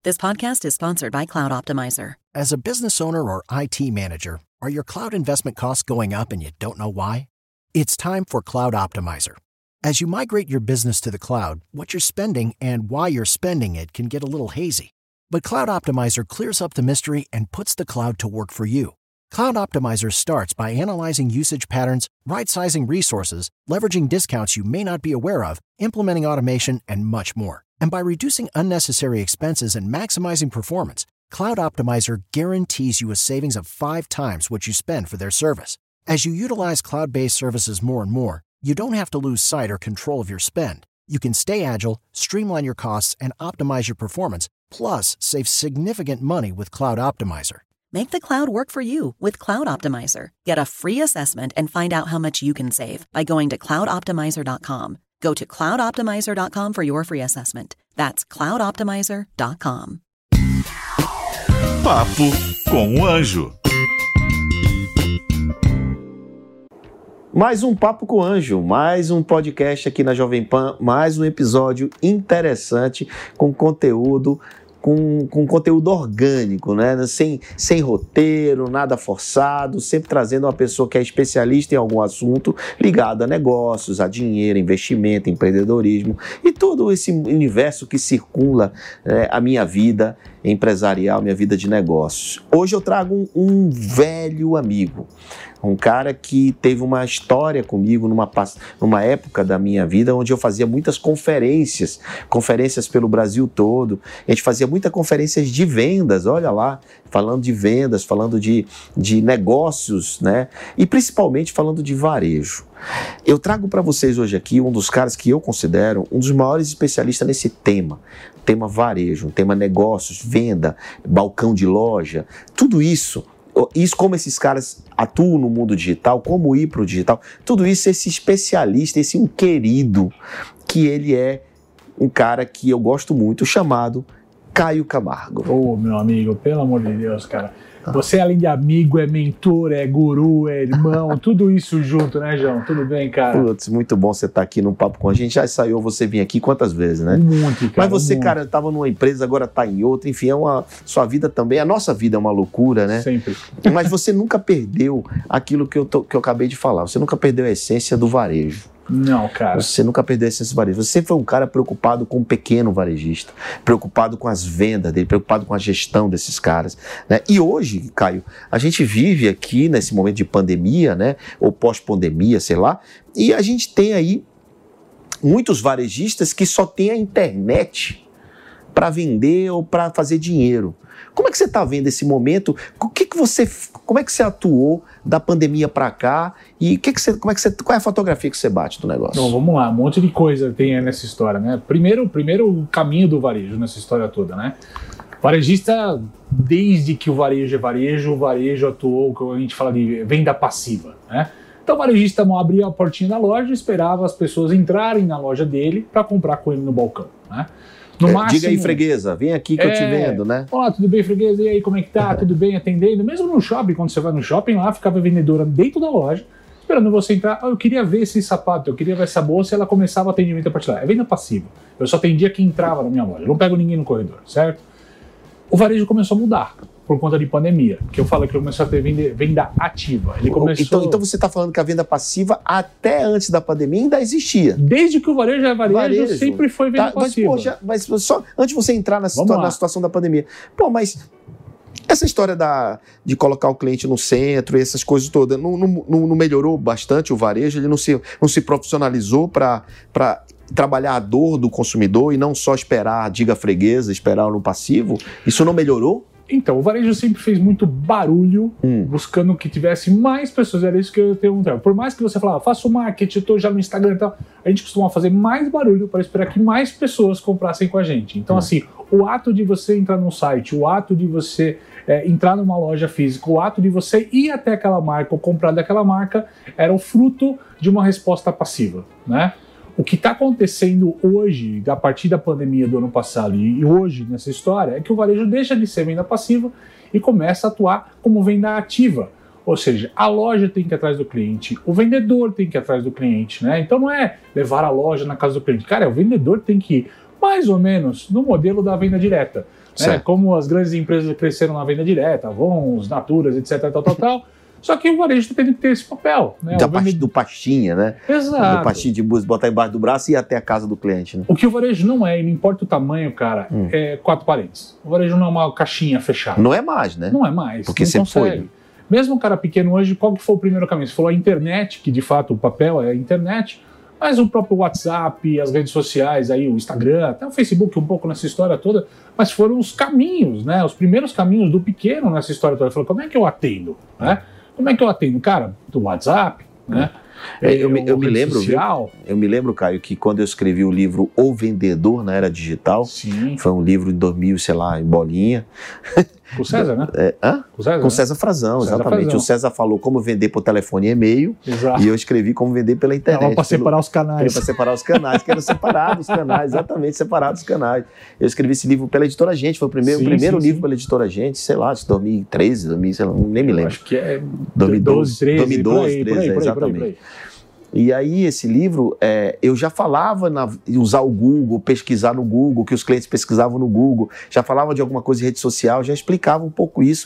This podcast is sponsored by Cloud Optimizer. As a business owner or IT manager, are your cloud investment costs going up and you don't know why? It's time for Cloud Optimizer. As you migrate your business to the cloud, what you're spending and why you're spending it can get a little hazy. But Cloud Optimizer clears up the mystery and puts the cloud to work for you. Cloud Optimizer starts by analyzing usage patterns, right-sizing resources, leveraging discounts you may not be aware of, implementing automation, and much more. And by reducing unnecessary expenses and maximizing performance, Cloud Optimizer guarantees you a savings of 5 times what you spend for their service. As you utilize cloud-based services more and more, you don't have to lose sight or control of your spend. You can stay agile, streamline your costs, and optimize your performance, plus save significant money with Cloud Optimizer. Make the cloud work for you with Cloud Optimizer. Get a free assessment and find out how much you can save by going to cloudoptimizer.com. Go to cloudoptimizer.com for your free assessment. That's cloudoptimizer.com. Papo com o Anjo. Mais um Papo com o Anjo, mais um podcast aqui na Jovem Pan, mais um episódio interessante com conteúdo orgânico, né? Sem roteiro, nada forçado, sempre trazendo uma pessoa que é especialista em algum assunto ligado a negócios, a dinheiro, investimento, empreendedorismo e todo esse universo que circula a minha vida empresarial, minha vida de negócios. Hoje eu trago um velho amigo, um cara que teve uma história comigo numa época da minha vida onde eu fazia muitas conferências pelo Brasil todo. A gente fazia muitas conferências de vendas, olha lá, falando de vendas, falando de negócios, né? E principalmente falando de varejo. Eu trago para vocês hoje aqui um dos caras que eu considero um dos maiores especialistas nesse tema varejo, tema negócios, venda, balcão de loja, tudo isso, como esses caras atuam no mundo digital, como ir para o digital, tudo isso, esse especialista, esse um querido, que ele é um cara que eu gosto muito, chamado Caio Camargo. Ô, meu amigo, pelo amor de Deus, cara. Você, além de amigo, é mentor, é guru, é irmão, tudo isso junto, né, João? Tudo bem, cara? Putz, muito bom você estar aqui no Papo com a gente. Já ensaiou você vir aqui quantas vezes, né? Um monte, cara. Mas você, cara, estava numa empresa, agora está em outra. Enfim, sua vida também, a nossa vida é uma loucura, né? Sempre. Mas você nunca perdeu aquilo que eu acabei de falar. Você nunca perdeu a essência do varejo. Não, cara. Você nunca perdeu a essência do varejo. Você foi um cara preocupado com o pequeno varejista, preocupado com as vendas dele, preocupado com a gestão desses caras, né? E hoje, Caio, a gente vive aqui nesse momento de pandemia, né? Ou pós-pandemia, sei lá, e a gente tem aí muitos varejistas que só têm a internet para vender ou para fazer dinheiro. Como é que você está vendo esse momento? Como é que você atuou da pandemia para cá? E qual é a fotografia que você bate do negócio? Então, vamos lá, um monte de coisa tem nessa história, né? Primeiro o caminho do varejo nessa história toda, né? Varejista, desde que o varejo é varejo, o varejo atuou, que a gente fala de venda passiva, né? Então o varejista abria a portinha da loja e esperava as pessoas entrarem na loja dele para comprar com ele no balcão, né? Máximo, diga aí, freguesa, vem aqui que eu te vendo, né? Olá, tudo bem, freguesa? E aí, como é que tá? Tudo bem, atendendo? Mesmo no shopping, quando você vai no shopping, lá ficava a vendedora dentro da loja, esperando você entrar. Eu queria ver esse sapato, eu queria ver essa bolsa, e ela começava o atendimento a partir lá. É venda passiva. Eu só atendia quem entrava na minha loja. Eu não pego ninguém no corredor, certo? O varejo começou a mudar por conta de pandemia, que eu falo que começou a ter venda ativa. Ele começou... Então você está falando que a venda passiva, até antes da pandemia, ainda existia? Desde que o varejo é varejo sempre foi venda passiva. Mas só antes de você entrar na situação da pandemia. Mas essa história de colocar o cliente no centro e essas coisas todas, não melhorou bastante o varejo? Ele não se profissionalizou para trabalhar a dor do consumidor e não só esperar, diga freguesa, esperar no passivo? Isso não melhorou? Então, o varejo sempre fez muito barulho, buscando que tivesse mais pessoas. Era isso que eu tenho. Por mais que você falava, faço marketing, estou já no Instagram e tal, a gente costuma fazer mais barulho para esperar que mais pessoas comprassem com a gente. Então, assim, o ato de você entrar num site, o ato de você entrar numa loja física, o ato de você ir até aquela marca ou comprar daquela marca, era o fruto de uma resposta passiva, né? O que está acontecendo hoje, a partir da pandemia do ano passado e hoje nessa história, é que o varejo deixa de ser venda passiva e começa a atuar como venda ativa. Ou seja, a loja tem que ir atrás do cliente, o vendedor tem que ir atrás do cliente, né? Então não é levar a loja na casa do cliente. Cara, o vendedor tem que ir mais ou menos no modelo da venda direta. né? Como as grandes empresas cresceram na venda direta, Avons, Naturas, etc, tal. Só que o varejo tem que ter esse papel, né? Do pastinha, né? Exato. Do pastinho de bus, botar embaixo do braço e ir até a casa do cliente, né? O que o varejo não é, e não importa o tamanho, cara, é 4 paredes. O varejo não é uma caixinha fechada. Não é mais, né? Não é mais. Porque não sempre consegue. foi. Mesmo o cara pequeno hoje, qual que foi o primeiro caminho? Você falou a internet, que de fato o papel é a internet, mas o próprio WhatsApp, as redes sociais, aí, o Instagram, até o Facebook um pouco nessa história toda, mas foram os caminhos, né? Os primeiros caminhos do pequeno nessa história toda. Ele falou, como é que eu atendo? Né? Como é que eu atendo? Cara, do WhatsApp, né? Eu me lembro, Caio, que quando eu escrevi o livro O Vendedor na Era Digital, Sim. foi um livro em 2000, sei lá, em bolinha. Com o César, né? Com César Frazão, exatamente. Frazão. O César falou como vender por telefone e e-mail, e eu escrevi como vender pela internet. Para separar os canais. Para separar os canais, que eram separados os canais, exatamente, separados os canais. Eu escrevi esse livro pela Editora Gente, foi o primeiro livro pela Editora Gente, sei lá, de 2013, 2000, sei lá, nem me lembro. Acho que é 2012, 13, por aí, exatamente. Por aí. E aí esse livro, eu já falava em usar o Google, pesquisar no Google, que os clientes pesquisavam no Google, já falava de alguma coisa de rede social, já explicava um pouco isso.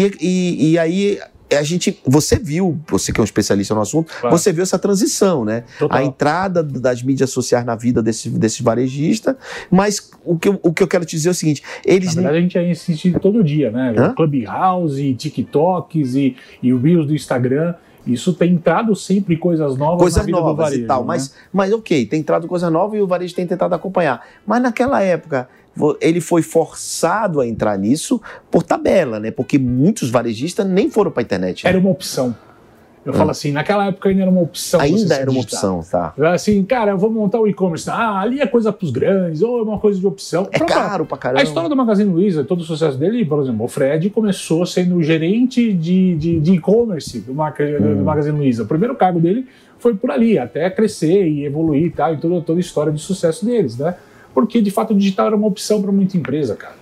E aí você viu, você que é um especialista no assunto, claro. Você viu essa transição, né? Total. A entrada das mídias sociais na vida desse varejista, mas o que eu quero te dizer é o seguinte, eles... Na verdade a gente assiste todo dia, né? Clubhouse, TikToks e o Reels do Instagram. Isso tem entrado sempre coisas novas na vida do varejo, e tal, né? mas ok, tem entrado coisa nova e o varejo tem tentado acompanhar. Mas naquela época, ele foi forçado a entrar nisso por tabela, né? Porque muitos varejistas nem foram para a internet. Né? Era uma opção. Eu falo assim, naquela época ainda era uma opção. Ainda era uma opção, tá? Assim, cara, eu vou montar o e-commerce. Ali é coisa pros grandes, ou é uma coisa de opção. É caro pra caramba. A história do Magazine Luiza, todo o sucesso dele, por exemplo, o Fred começou sendo gerente de e-commerce do Magazine Luiza. O primeiro cargo dele foi por ali, até crescer e evoluir e tal, e toda a história de sucesso deles, né? Porque, de fato, o digital era uma opção para muita empresa, cara.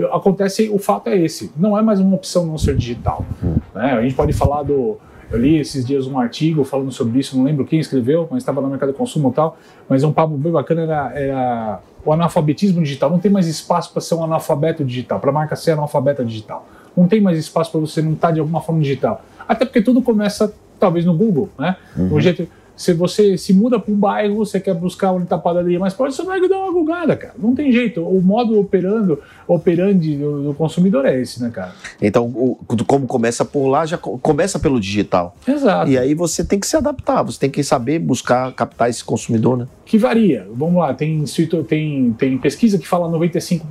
O fato é esse, não é mais uma opção não ser digital. Né? A gente pode falar Eu li esses dias um artigo falando sobre isso, não lembro quem escreveu, mas estava no mercado de consumo e tal, mas um papo bem bacana era o analfabetismo digital. Não tem mais espaço para ser um analfabeto digital, para a marca ser analfabeta digital. Não tem mais espaço para você não estar de alguma forma digital. Até porque tudo começa, talvez, no Google, né? O jeito... Se você se muda para um bairro, você quer buscar onde está a padaria mais próxima, você vai dar uma googada, cara. Não tem jeito. O modo operandi do consumidor é esse, né, cara? Então, como começa por lá, já começa pelo digital. Exato. E aí você tem que se adaptar, você tem que saber captar esse consumidor, né? Que varia. Vamos lá, tem pesquisa que fala 95%,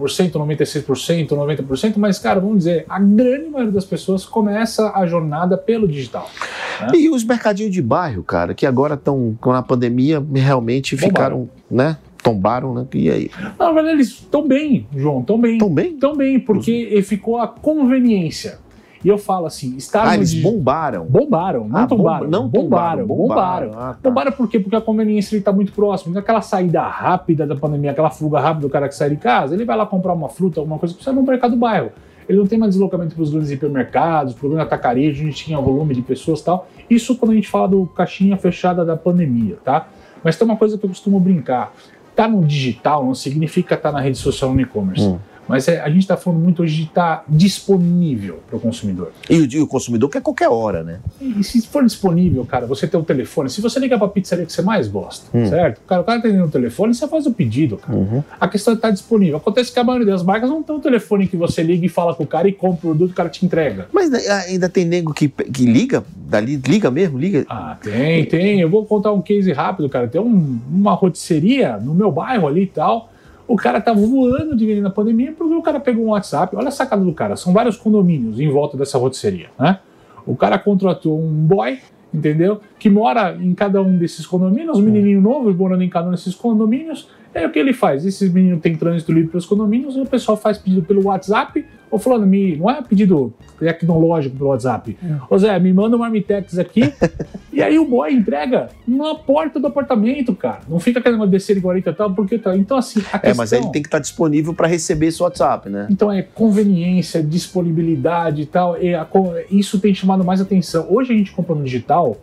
96%, 90%, mas, cara, vamos dizer, a grande maioria das pessoas começa a jornada pelo digital. Né? E os mercadinhos de bairro, cara, que agora estão, com a pandemia, realmente ficaram, né? Tombaram, né? E aí? Na verdade, eles estão bem, João, estão bem. Estão bem? Estão bem, porque ficou a conveniência. E eu falo assim, eles bombaram. Bombaram, não tombaram. Bombaram. Tá. Bombaram por quê? Porque a conveniência está muito próxima. Aquela saída rápida da pandemia, aquela fuga rápida do cara que sai de casa, ele vai lá comprar uma fruta, alguma coisa, precisa no mercado do bairro. Ele não tem mais deslocamento para os grandes hipermercados, para o grande atacarejo, a gente tinha volume de pessoas e tal. Isso quando a gente fala do caixinha fechada da pandemia, tá? Mas tem uma coisa que eu costumo brincar. Tá no digital não significa estar na rede social no e-commerce. Mas a gente está falando muito hoje de estar disponível para o consumidor. E o consumidor quer qualquer hora, né? E se for disponível, cara, você tem o telefone, se você ligar para a pizzaria que você mais gosta, certo? O cara tem o telefone, você faz o pedido, cara. A questão é estar disponível. Acontece que a maioria das marcas não tem um telefone que você liga e fala com o cara e compra o produto, o cara te entrega. Mas ainda tem nego que liga? Liga mesmo? Liga? Tem. Eu vou contar um case rápido, cara. Tem uma rotisseria no meu bairro ali e tal. O cara tá voando de vender na pandemia porque o cara pegou um WhatsApp. Olha a sacada do cara. São vários condomínios em volta dessa rotisseria, né? O cara contratou um boy, entendeu? Que mora em cada um desses condomínios, menininho novo morando em cada um desses condomínios. É o que ele faz. Esses meninos têm trânsito livre pelos condomínios, o pessoal faz pedido pelo WhatsApp. Ô, fulano, não é pedido tecnológico pelo WhatsApp. Ô, Zé, me manda um Marmitex aqui. E aí o boy entrega na porta do apartamento, cara. Não fica querendo descer igual e tal, porque tá. Então, assim, a questão... mas ele tem que estar disponível para receber esse WhatsApp, né? Então, é conveniência, disponibilidade e tal. Isso tem chamado mais atenção. Hoje a gente compra no digital...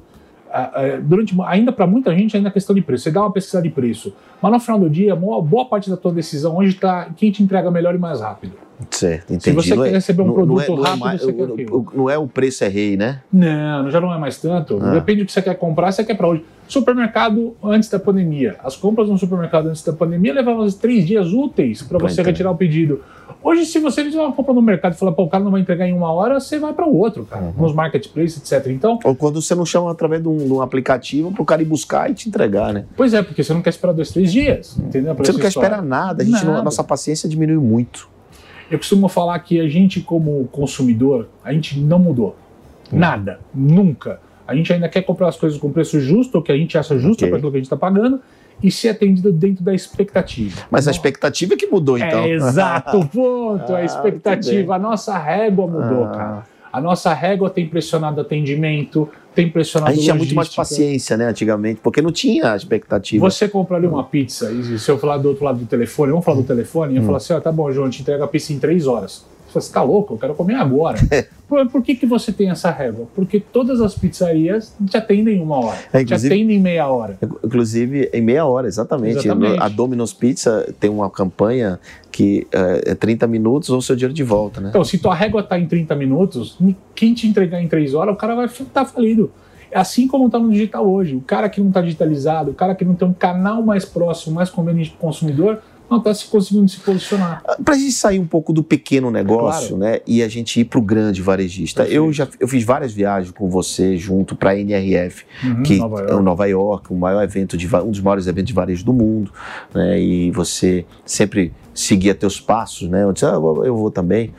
ainda para muita gente ainda é questão de preço. Você dá uma pesquisa de preço, mas no final do dia, boa parte da tua decisão hoje está quem te entrega melhor e mais rápido. Certo, entendi. Se você quer receber um produto rápido, você quer aquilo. Não é o preço é rei, né? Não, já não é mais tanto. Depende do que você quer comprar, você quer para hoje. Supermercado antes da pandemia. As compras no supermercado antes da pandemia levavam 3 dias úteis para você retirar o pedido. Hoje, se você fizer uma compra no mercado e falar, pô, o cara não vai entregar em 1 hora, você vai para o outro, cara. Nos marketplaces, etc. Então, ou quando você não chama através de um aplicativo para o cara ir buscar e te entregar, né? Pois é, porque você não quer esperar 2, 3 dias, entendeu? Você não quer esperar nada. A nossa paciência diminuiu muito. Eu costumo falar que a gente, como consumidor, a gente não mudou. Nada. Nunca. A gente ainda quer comprar as coisas com preço justo, o que a gente acha justo para aquilo que a gente está pagando, e ser atendido dentro da expectativa. Mas a expectativa é que mudou, então. Exato o ponto, a expectativa. A nossa régua mudou, cara. A nossa régua tem pressionado atendimento, tem pressionado logística. A gente tinha muito mais paciência, né, antigamente, porque não tinha expectativa. Você compraria uma pizza, e se eu falar do outro lado do telefone, vamos falar do telefone, eu falo assim, tá bom, João, te entrega a pizza em 3 horas. Você fala, você tá louco? Eu quero comer agora. Por que você tem essa régua? Porque todas as pizzarias te atendem em 1 hora, te atendem em meia hora. Inclusive, em meia hora, exatamente. A Domino's Pizza tem uma campanha que é 30 minutos ou o seu dinheiro de volta, né? Então, se tua régua tá em 30 minutos, quem te entregar em 3 horas, o cara vai estar falido. É assim como está no digital hoje. O cara que não está digitalizado, o cara que não tem um canal mais próximo, mais conveniente para o consumidor, não está conseguindo se posicionar. Para a gente sair um pouco do pequeno negócio, né, e a gente ir para o grande varejista. Eu fiz várias viagens com você junto para a NRF, que é em Nova York, um dos maiores eventos de varejo do mundo, né, e você sempre seguia teus passos, né? Eu disse, eu vou também.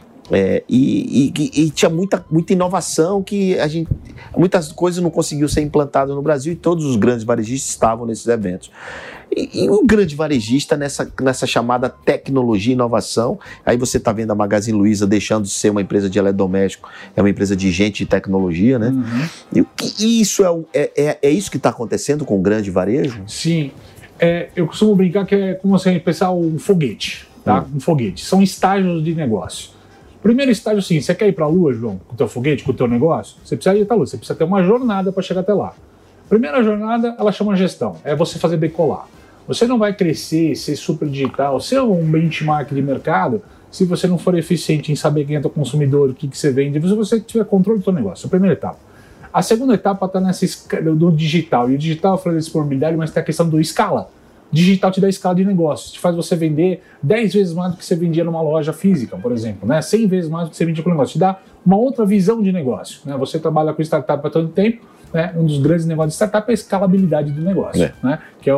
E tinha muita inovação que muitas coisas não conseguiu ser implantadas no Brasil e todos os grandes varejistas estavam nesses eventos. E o grande varejista nessa chamada tecnologia e inovação, aí você está vendo a Magazine Luiza deixando de ser uma empresa de eletrodoméstico, é uma empresa de gente de tecnologia, né? E isso é isso que está acontecendo com o grande varejo? Sim. Eu costumo brincar que é como você pensar um foguete, tá? Um foguete. São estágios de negócio. Primeiro estágio é o seguinte, você quer ir para a Lua, João, com o teu foguete, com o teu negócio? Você precisa ir para a Lua, você precisa ter uma jornada para chegar até lá. Primeira jornada, ela chama gestão, é você fazer decolar. Você não vai crescer, ser super digital, ser um benchmark de mercado, se você não for eficiente em saber quem é teu consumidor, o que você vende, se você tiver controle do teu negócio. A primeira etapa. A segunda etapa está do digital, e o digital, eu falei da disponibilidade, mas tem a questão do escala. Digital te dá escala de negócio, te faz você vender 10 vezes mais do que você vendia numa loja física, por exemplo, né? 100 vezes mais do que você vendia com o negócio, te dá uma outra visão de negócio, né? Você trabalha com startup há tanto tempo, né? Um dos grandes negócios de startup é a escalabilidade do negócio, né? Que é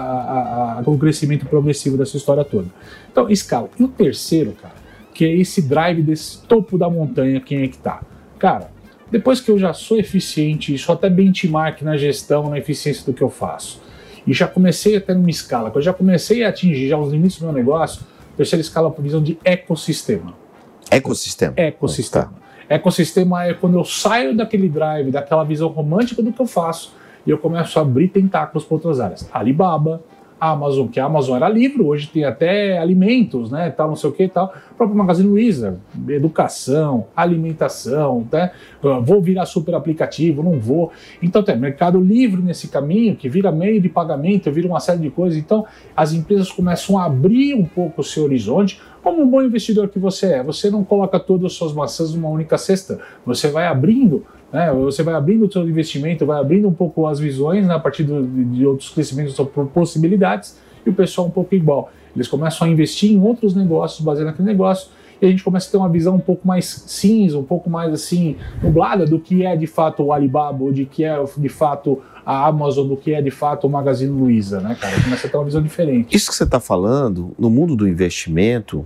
o crescimento progressivo dessa história toda. Então, escala. E o terceiro, cara, que é esse drive desse topo da montanha, quem é que tá? Cara, depois que eu já sou eficiente, sou até benchmark na gestão, na eficiência do que eu faço, e já comecei até numa escala, que eu já comecei a atingir já os limites do meu negócio, terceira escala por visão de ecossistema. Ecossistema. Ecossistema. Ecossistema é quando eu saio daquele drive, daquela visão romântica do que eu faço, e eu começo a abrir tentáculos para outras áreas. Alibaba, Amazon, que a Amazon era livro, hoje tem até alimentos, né, tal, não sei o que e tal. O próprio Magazine Luiza, educação, alimentação, né? Vou virar super aplicativo, não vou. Então tem Mercado Livre nesse caminho, que vira meio de pagamento, vira uma série de coisas. Então as empresas começam a abrir um pouco o seu horizonte. Como um bom investidor que você é, você não coloca todas as suas maçãs numa única cesta, você vai abrindo, né? Você vai abrindo o seu investimento, vai abrindo um pouco as visões, né, a partir de outros crescimentos, possibilidades, e o pessoal um pouco igual. Eles começam a investir em outros negócios, baseado naquele negócio, e a gente começa a ter uma visão um pouco mais cinza, um pouco mais assim, nublada do que é de fato o Alibaba, ou de que é de fato a Amazon, do que é de fato o Magazine Luiza, né, cara? Começa a ter uma visão diferente. Isso que você está falando, no mundo do investimento,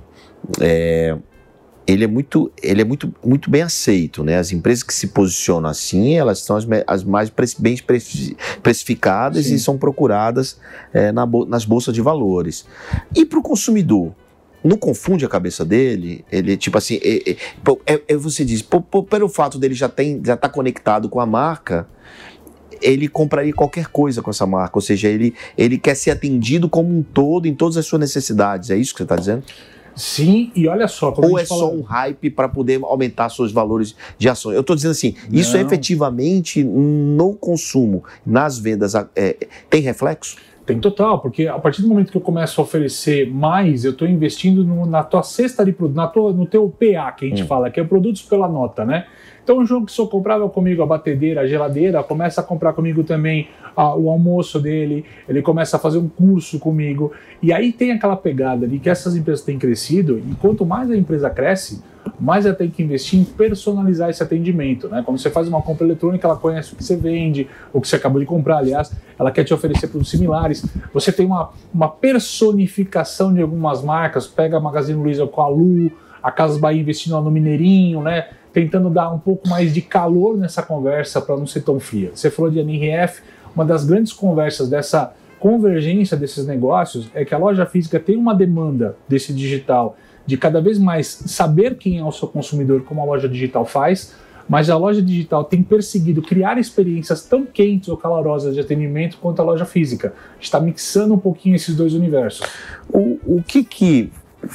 ele é muito bem aceito, né? As empresas que se posicionam assim, elas são as mais bem precificadas. Sim. E são procuradas nas bolsas de valores. E para o consumidor, não confunde a cabeça dele? Ele, tipo assim, você diz, pelo fato dele já tá conectado com a marca, ele compraria qualquer coisa com essa marca, ou seja, ele quer ser atendido como um todo em todas as suas necessidades, é isso que você está dizendo? Sim, e olha só... Ou só um hype para poder aumentar seus valores de ações? Eu estou dizendo assim, isso efetivamente no consumo, nas vendas, tem reflexo? Tem total, porque a partir do momento que eu começo a oferecer mais, eu estou investindo na tua cesta de produtos, no teu PA, que a gente fala, que é produtos pela nota, né? Então o João que só comprava comigo a batedeira, a geladeira, começa a comprar comigo também o almoço dele, ele começa a fazer um curso comigo, e aí tem aquela pegada de que essas empresas têm crescido, e quanto mais a empresa cresce, mais ela tem que investir em personalizar esse atendimento, né? Quando você faz uma compra eletrônica, ela conhece o que você vende, o que você acabou de comprar, aliás, ela quer te oferecer produtos similares, você tem uma personificação de algumas marcas, pega a Magazine Luiza com a Lu, a Casas Bahia investindo no Mineirinho, né? Tentando dar um pouco mais de calor nessa conversa para não ser tão fria. Você falou de NRF, uma das grandes conversas dessa convergência desses negócios é que a loja física tem uma demanda desse digital de cada vez mais saber quem é o seu consumidor, como a loja digital faz, mas a loja digital tem perseguido criar experiências tão quentes ou calorosas de atendimento quanto a loja física. Está mixando um pouquinho esses dois universos. O que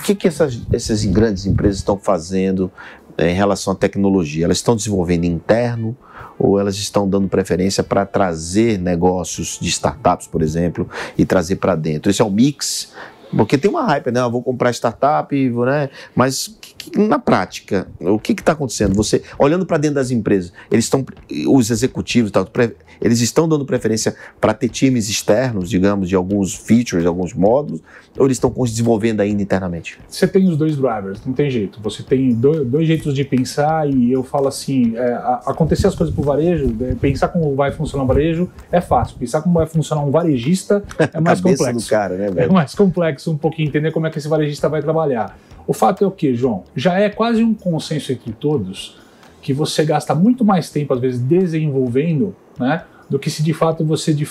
essas grandes empresas estão fazendo em relação à tecnologia? Elas estão desenvolvendo interno ou elas estão dando preferência para trazer negócios de startups, por exemplo, e trazer para dentro? Esse é um mix? Porque tem uma hype, né? Eu vou comprar startup, né? Mas na prática, o que está acontecendo? Você, olhando para dentro das empresas, os executivos, eles estão dando preferência para ter times externos, digamos, de alguns features, alguns módulos, ou eles estão desenvolvendo ainda internamente? Você tem os dois drivers, não tem jeito. Você tem dois jeitos de pensar, e eu falo assim, acontecer as coisas para o varejo, pensar como vai funcionar o varejo é fácil. Pensar como vai funcionar um varejista é mais complexo. Do cara, né, velho? É mais complexo um pouquinho entender como é que esse varejista vai trabalhar. O fato é o que, João? Já é quase um consenso entre todos que você gasta muito mais tempo, às vezes, desenvolvendo, né, do que se de fato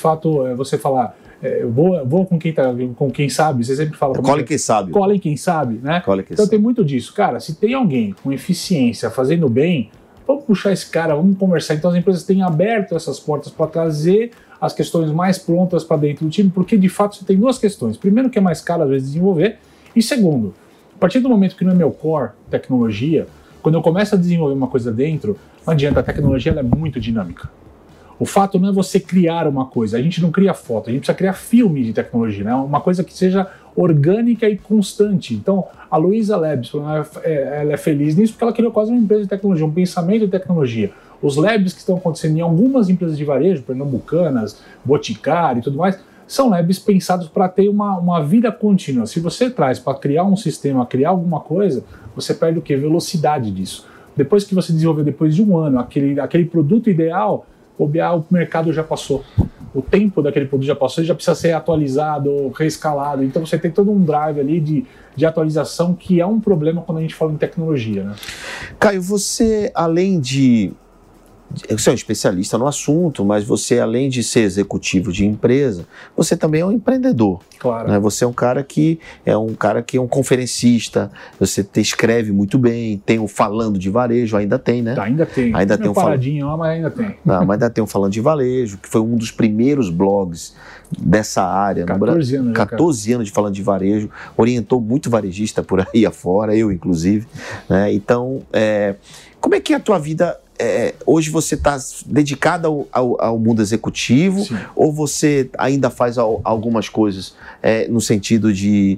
você falar, eu vou com quem sabe, você sempre fala... Colhem quem sabe. Colhem quem sabe, né? Então tem muito disso. Cara, se tem alguém com eficiência, fazendo bem, vamos puxar esse cara, vamos conversar. Então as empresas têm aberto essas portas para trazer as questões mais prontas para dentro do time, porque de fato você tem duas questões. Primeiro, que é mais caro às vezes desenvolver, e segundo, a partir do momento que não é meu core tecnologia, quando eu começo a desenvolver uma coisa dentro, não adianta, a tecnologia ela é muito dinâmica. O fato não é você criar uma coisa, a gente não cria foto, a gente precisa criar filme de tecnologia, né? Uma coisa que seja orgânica e constante. Então, a Luiza Labs, ela é feliz nisso porque ela criou quase uma empresa de tecnologia, um pensamento de tecnologia. Os labs que estão acontecendo em algumas empresas de varejo, Pernambucanas, Boticário e tudo mais, são labs pensados para ter uma vida contínua. Se você traz para criar um sistema, criar alguma coisa, você perde o quê? Velocidade disso. Depois que você desenvolveu, depois de um ano, aquele produto ideal, o mercado já passou. O tempo daquele produto já passou, ele já precisa ser atualizado, reescalado. Então você tem todo um drive ali de atualização que é um problema quando a gente fala em tecnologia, né? Caio, você, além de... Você é um especialista no assunto, mas você, além de ser executivo de empresa, você também é um empreendedor. Claro. Né? Você é um cara que é um conferencista, você escreve muito bem, tem o Falando de Varejo, ainda tem, né? Ainda tem. Ainda tem um paradinho, mas ainda tem. Não, mas ainda tem o Falando de Varejo, que foi um dos primeiros blogs dessa área. 14 anos. 14 anos de Falando de Varejo, orientou muito varejista por aí afora, eu inclusive. Né? Então, como é que é a tua vida... hoje você está dedicado ao mundo executivo? Sim. Ou você ainda faz algumas coisas no sentido de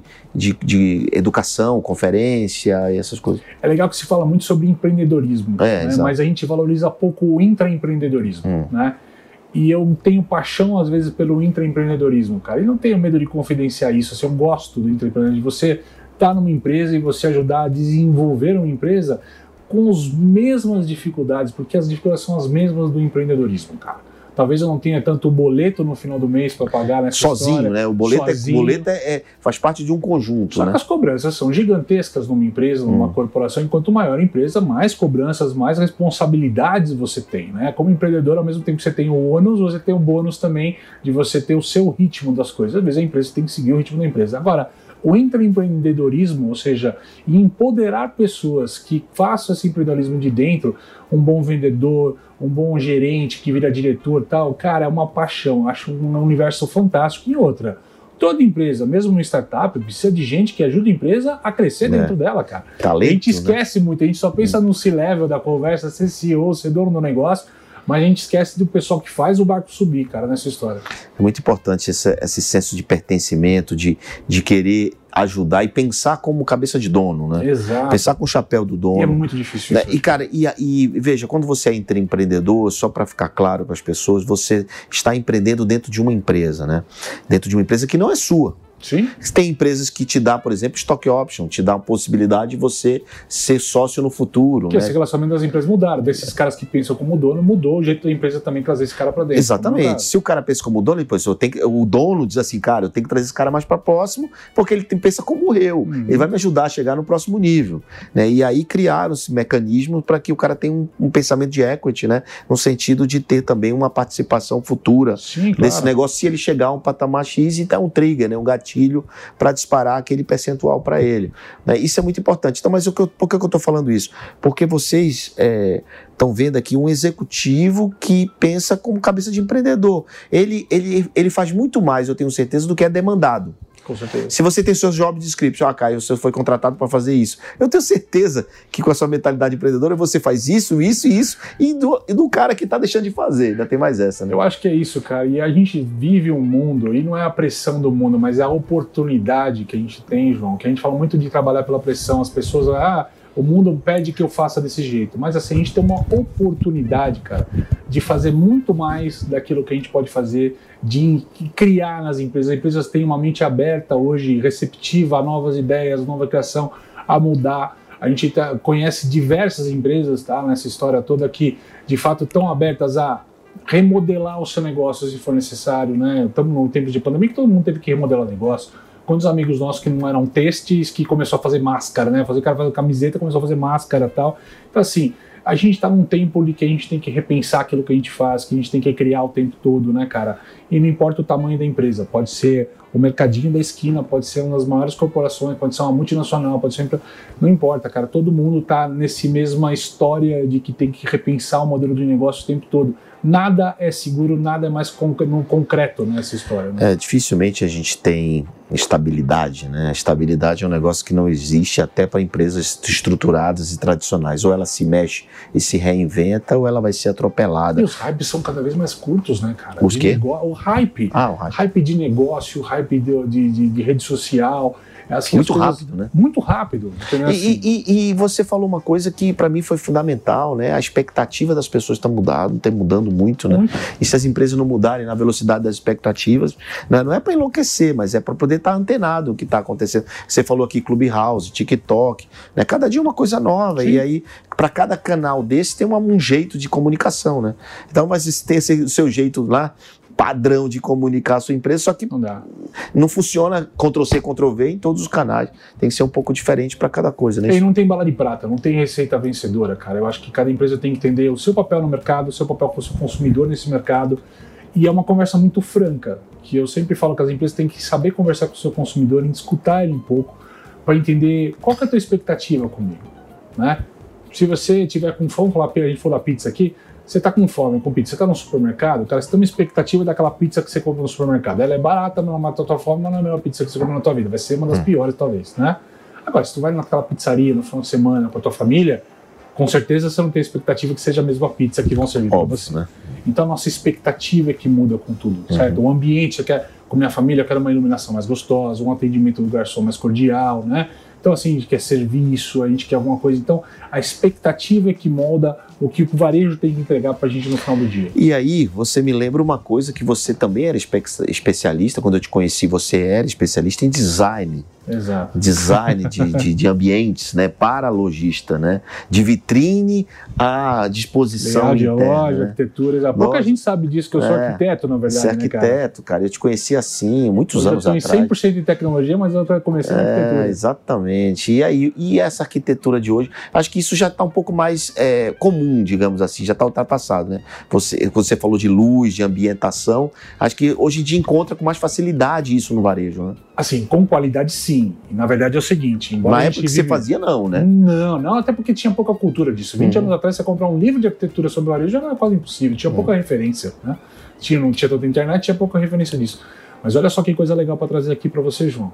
educação, conferência e essas coisas? É legal que se fala muito sobre empreendedorismo, né? Mas a gente valoriza pouco o intraempreendedorismo, né? E eu tenho paixão, às vezes, pelo intraempreendedorismo, cara. E não tenho medo de confidenciar isso. Assim, eu gosto do intraempreendedorismo. Você está numa empresa e você ajudar a desenvolver uma empresa com as mesmas dificuldades, porque as dificuldades são as mesmas do empreendedorismo, cara. Talvez eu não tenha tanto boleto no final do mês para pagar nessa sozinho, história. Né? O boleto faz parte de um conjunto. Só né? que as cobranças são gigantescas numa empresa, numa corporação. Enquanto maior a empresa, mais cobranças, mais responsabilidades você tem. Né? Como empreendedor, ao mesmo tempo que você tem o ônus, você tem o bônus também de você ter o seu ritmo das coisas. Às vezes a empresa tem que seguir o ritmo da empresa. Agora, o intraempreendedorismo, ou seja, empoderar pessoas que façam esse empreendedorismo de dentro, um bom vendedor, um bom gerente que vira diretor e tal, cara, é uma paixão, acho um universo fantástico. E outra, toda empresa, mesmo no startup, precisa de gente que ajuda a empresa a crescer dentro dela, cara. Talento, a gente esquece muito, a gente só pensa no C-level da conversa, ser CEO, ser dono do negócio, Mas a gente esquece do pessoal que faz o barco subir, cara, nessa história. É muito importante esse senso de pertencimento, de querer ajudar e pensar como cabeça de dono, né? Exato. Pensar com o chapéu do dono. E é muito difícil isso. E, cara, e veja, quando você é empreendedor, só para ficar claro para as pessoas, você está empreendendo dentro de uma empresa, né? Dentro de uma empresa que não é sua. Sim. Tem empresas que te dá, por exemplo, stock option, te dá a possibilidade de você ser sócio no futuro. Porque né? esse relacionamento das empresas mudaram. Desses caras que pensam como dono, mudou o jeito da empresa também trazer esse cara para dentro. Exatamente. Se o cara pensa como dono, o dono diz assim, cara, eu tenho que trazer esse cara mais para próximo, porque ele pensa como eu. Ele vai me ajudar a chegar no próximo nível. Né? E aí criaram-se mecanismos para que o cara tenha um pensamento de equity, né? No sentido de ter também uma participação futura. Sim, claro. Nesse negócio, se ele chegar a um patamar X, então é um trigger, né? Um gatilho para disparar aquele percentual para ele. Né? Isso é muito importante. Então, mas por que eu estou falando isso? Porque vocês estão vendo aqui um executivo que pensa como cabeça de empreendedor. Ele faz muito mais, eu tenho certeza, do que é demandado. Com certeza. Se você tem seus job description, Caio, você foi contratado para fazer isso. Eu tenho certeza que com a sua mentalidade empreendedora você faz isso, e do cara que está deixando de fazer. Ainda tem mais essa, né? Eu acho que é isso, cara. E a gente vive um mundo, e não é a pressão do mundo, mas é a oportunidade que a gente tem, João, que a gente fala muito de trabalhar pela pressão. As pessoas, o mundo pede que eu faça desse jeito. Mas assim, a gente tem uma oportunidade, cara, de fazer muito mais daquilo que a gente pode fazer, de criar nas empresas. As empresas têm uma mente aberta hoje, receptiva a novas ideias, nova criação, a mudar. A gente conhece diversas empresas, tá, nessa história toda que, de fato, estão abertas a remodelar o seu negócio se for necessário, né? Estamos num tempo de pandemia que todo mundo teve que remodelar o negócio. Quantos amigos nossos que não eram testes, que começou a fazer máscara, né? O cara fazendo camiseta, começou a fazer máscara e tal. Então, assim, a gente está num tempo ali que a gente tem que repensar aquilo que a gente faz, que a gente tem que criar o tempo todo, né, cara? E não importa o tamanho da empresa, pode ser o mercadinho da esquina, pode ser uma das maiores corporações, pode ser uma multinacional, pode ser... Não importa, cara, todo mundo está nessa mesma história de que tem que repensar o modelo de negócio o tempo todo. Nada é seguro, nada é mais concreto nessa história. Né? Dificilmente a gente tem estabilidade, né? A estabilidade é um negócio que não existe até para empresas estruturadas e tradicionais. Ou ela se mexe e se reinventa, ou ela vai ser atropelada. E os hypes são cada vez mais curtos, né, cara? Os quê? O hype. O hype. Hype de negócio, hype de rede social. Assim, muito rápido, né? Muito rápido. E você falou uma coisa que para mim foi fundamental, né? A expectativa das pessoas está mudando muito, né? E se as empresas não mudarem na velocidade das expectativas, né? Não é para enlouquecer, mas é para poder estar antenado o que está acontecendo. Você falou aqui Clubhouse, TikTok, né? Cada dia uma coisa nova. Sim. E aí, para cada canal desse tem um jeito de comunicação, né? Então, mas tem o seu jeito lá, padrão de comunicar a sua empresa, só que não funciona Ctrl-C, Ctrl-V em todos os canais. Tem que ser um pouco diferente para cada coisa, né? E não tem bala de prata, não tem receita vencedora, cara. Eu acho que cada empresa tem que entender o seu papel no mercado, o seu papel como consumidor nesse mercado, e é uma conversa muito franca, que eu sempre falo que as empresas têm que saber conversar com o seu consumidor, escutar ele um pouco, para entender qual que é a tua expectativa comigo, né? Se você tiver com fome, a gente for da pizza aqui, você está com fome com pizza, você está no supermercado, cara, você tem uma expectativa daquela pizza que você compra no supermercado. Ela é barata, não mata a tua fome, mas não é a melhor pizza que você compra na tua vida. Vai ser uma das piores, talvez, né? Agora, se tu vai naquela pizzaria no final de semana com a tua família, com certeza você não tem expectativa que seja a mesma pizza que vão servir para você. Né? Então, a nossa expectativa é que muda com tudo, certo? O ambiente, eu quero, com minha família, eu quero uma iluminação mais gostosa, um atendimento do garçom mais cordial, né? Então, assim, a gente quer serviço, a gente quer alguma coisa. Então, a expectativa é que molda o que o varejo tem que entregar pra gente no final do dia. E aí, você me lembra uma coisa que você também era especialista, quando eu te conheci, você era especialista em design. Exato. Design de ambientes, né, para lojista, né, de vitrine à disposição layout de interna, loja, né? arquitetura, pouca gente sabe disso, que eu sou arquiteto, na verdade, você é arquiteto, né, cara? Eu te conheci assim, muitos anos atrás. Eu estou em 100% de tecnologia, mas eu comecei na arquitetura. Exatamente. E aí, essa arquitetura de hoje, acho que isso já está um pouco mais comum, digamos assim, já está ultrapassado, né? Você falou de luz, de ambientação, acho que hoje em dia encontra com mais facilidade isso no varejo, né? Assim, com qualidade sim. E, na verdade é o seguinte... Na época que você fazia, não, né? Não, até porque tinha pouca cultura disso. 20 anos atrás, você comprar um livro de arquitetura sobre o varejo já era quase impossível, tinha pouca referência, né? Não tinha toda a internet, tinha pouca referência disso. Mas olha só que coisa legal para trazer aqui para você, João.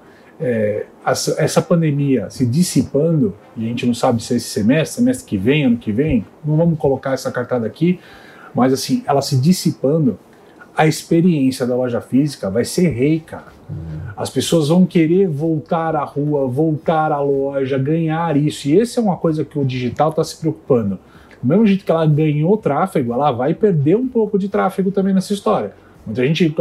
Essa pandemia se dissipando, e a gente não sabe se é esse semestre que vem, ano que vem, não vamos colocar essa cartada aqui, mas assim, ela se dissipando, a experiência da loja física vai ser rei, cara. As pessoas vão querer voltar à rua, voltar à loja, ganhar isso. E essa é uma coisa que o digital está se preocupando. Do mesmo jeito que ela ganhou tráfego, ela vai perder um pouco de tráfego também nessa história. Muita gente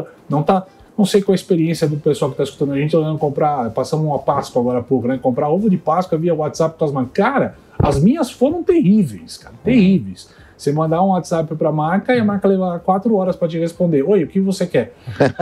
não sei qual a experiência do pessoal que está escutando a gente, olhando comprar, passamos uma Páscoa agora há pouco, né? Comprar ovo de Páscoa via WhatsApp com as marcas. Cara, as minhas foram terríveis, cara, terríveis. Você mandar um WhatsApp para a marca e a marca levar 4 horas para te responder. Oi, o que você quer?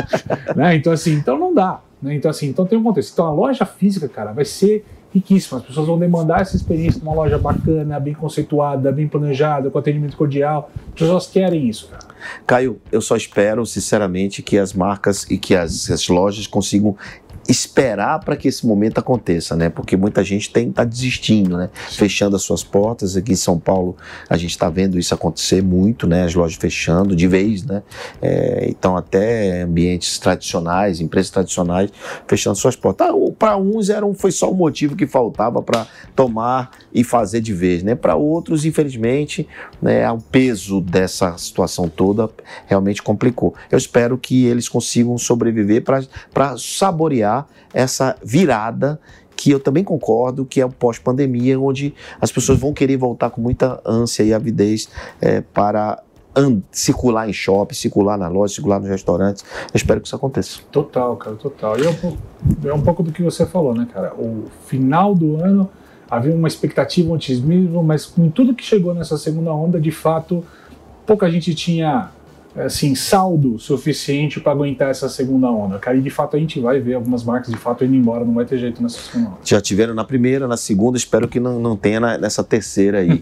Né? Então, assim, então não dá. Né? Então, assim, então tem um contexto. Então, a loja física, cara, vai ser riquíssima. As pessoas vão demandar essa experiência de uma loja bacana, bem conceituada, bem planejada, com atendimento cordial. As pessoas querem isso, cara. Caio, eu só espero, sinceramente, que as marcas e que as lojas consigam esperar para que esse momento aconteça, né? Porque muita gente está desistindo, né? Fechando as suas portas. Aqui em São Paulo a gente está vendo isso acontecer muito, né? As lojas fechando de vez, né? Então até ambientes tradicionais, empresas tradicionais fechando suas portas. Para uns foi só o motivo que faltava para tomar e fazer de vez, né? Para outros, infelizmente, né, o peso dessa situação toda realmente complicou. Eu espero que eles consigam sobreviver para saborear essa virada, que eu também concordo que é o pós-pandemia, onde as pessoas vão querer voltar com muita ânsia e avidez para circular em shopping, circular na loja, circular nos restaurantes. Eu espero que isso aconteça. Total, cara, total. E é um pouco do que você falou, né, cara? O final do ano havia uma expectativa, um otimismo, mas com tudo que chegou nessa segunda onda, de fato, pouca gente tinha assim, saldo suficiente para aguentar essa segunda onda, cara, e de fato a gente vai ver algumas marcas de fato indo embora, não vai ter jeito nessa segunda onda. Já tiveram na primeira, na segunda, espero que não tenha nessa terceira aí.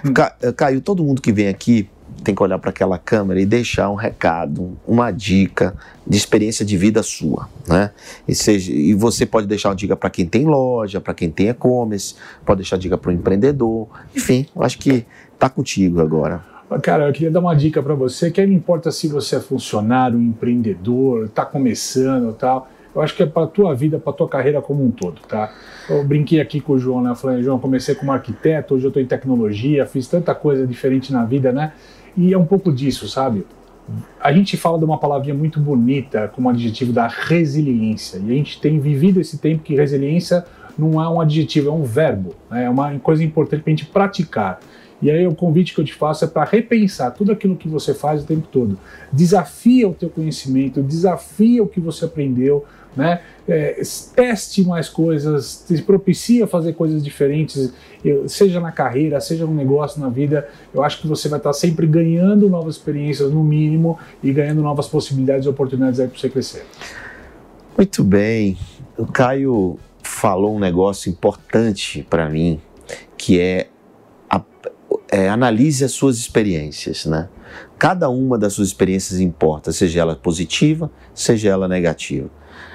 Caio, todo mundo que vem aqui tem que olhar para aquela câmera e deixar um recado, uma dica de experiência de vida sua, né? E você pode deixar uma dica para quem tem loja, para quem tem e-commerce, pode deixar dica para o empreendedor, enfim, eu acho que tá contigo agora. Cara, eu queria dar uma dica para você, que aí não importa se você é funcionário, empreendedor, tá começando e tal, eu acho que é para tua vida, para tua carreira como um todo, tá? Eu brinquei aqui com o João, né? Eu falei, João, comecei como arquiteto, hoje eu tô em tecnologia, fiz tanta coisa diferente na vida, né? E é um pouco disso, sabe? A gente fala de uma palavrinha muito bonita como adjetivo da resiliência, e a gente tem vivido esse tempo que resiliência não é um adjetivo, é um verbo, né? É uma coisa importante para a gente praticar. E aí o convite que eu te faço é para repensar tudo aquilo que você faz o tempo todo. Desafia o teu conhecimento, desafia o que você aprendeu, né? Teste mais coisas, se propicia fazer coisas diferentes, seja na carreira, seja no negócio, na vida. Eu acho que você vai estar sempre ganhando novas experiências, no mínimo, e ganhando novas possibilidades e oportunidades aí para você crescer. Muito bem. O Caio falou um negócio importante para mim, que analise as suas experiências, né? Cada uma das suas experiências importa, seja ela positiva, seja ela negativa.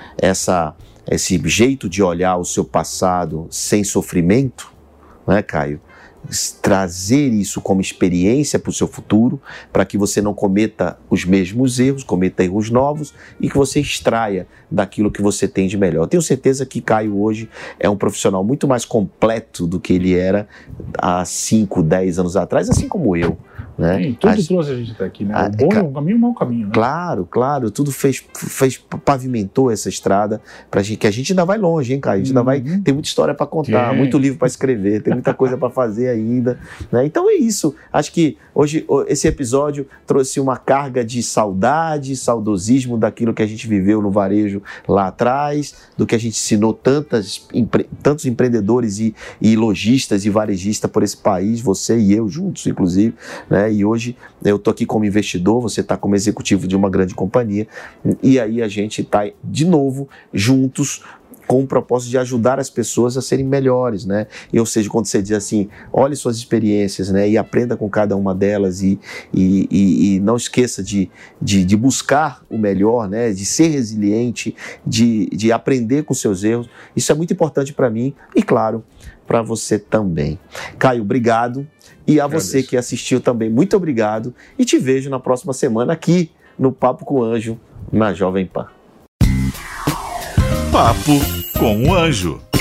Esse jeito de olhar o seu passado sem sofrimento, né, Caio? Trazer isso como experiência para o seu futuro, para que você não cometa os mesmos erros, cometa erros novos e que você extraia daquilo que você tem de melhor. Eu tenho certeza que Caio hoje é um profissional muito mais completo do que ele era há 5, 10 anos atrás, assim como eu. Né? Sim, tudo trouxe a gente até aqui, né? O bom é o caminho, o mau caminho. Né? Claro, tudo pavimentou essa estrada pra gente, que a gente ainda vai longe, hein, Caio? A gente ainda vai, tem muita história para contar, muito livro para escrever, tem muita coisa para fazer ainda, né? Então é isso. Acho que hoje esse episódio trouxe uma carga de saudade, saudosismo daquilo que a gente viveu no varejo lá atrás, do que a gente ensinou tantos empreendedores e lojistas e varejistas por esse país, você e eu juntos, inclusive, né? E hoje eu estou aqui como investidor, você está como executivo de uma grande companhia, e aí a gente está de novo juntos com o propósito de ajudar as pessoas a serem melhores, né? Ou seja, quando você diz assim, olhe suas experiências, né? E aprenda com cada uma delas e não esqueça de buscar o melhor, né? De ser resiliente, de aprender com seus erros. Isso é muito importante para mim e, claro, para você também. Caio, obrigado. E a você que assistiu também, muito obrigado. E te vejo na próxima semana aqui no Papo com o Anjo, na Jovem Pan. Papo com o Anjo.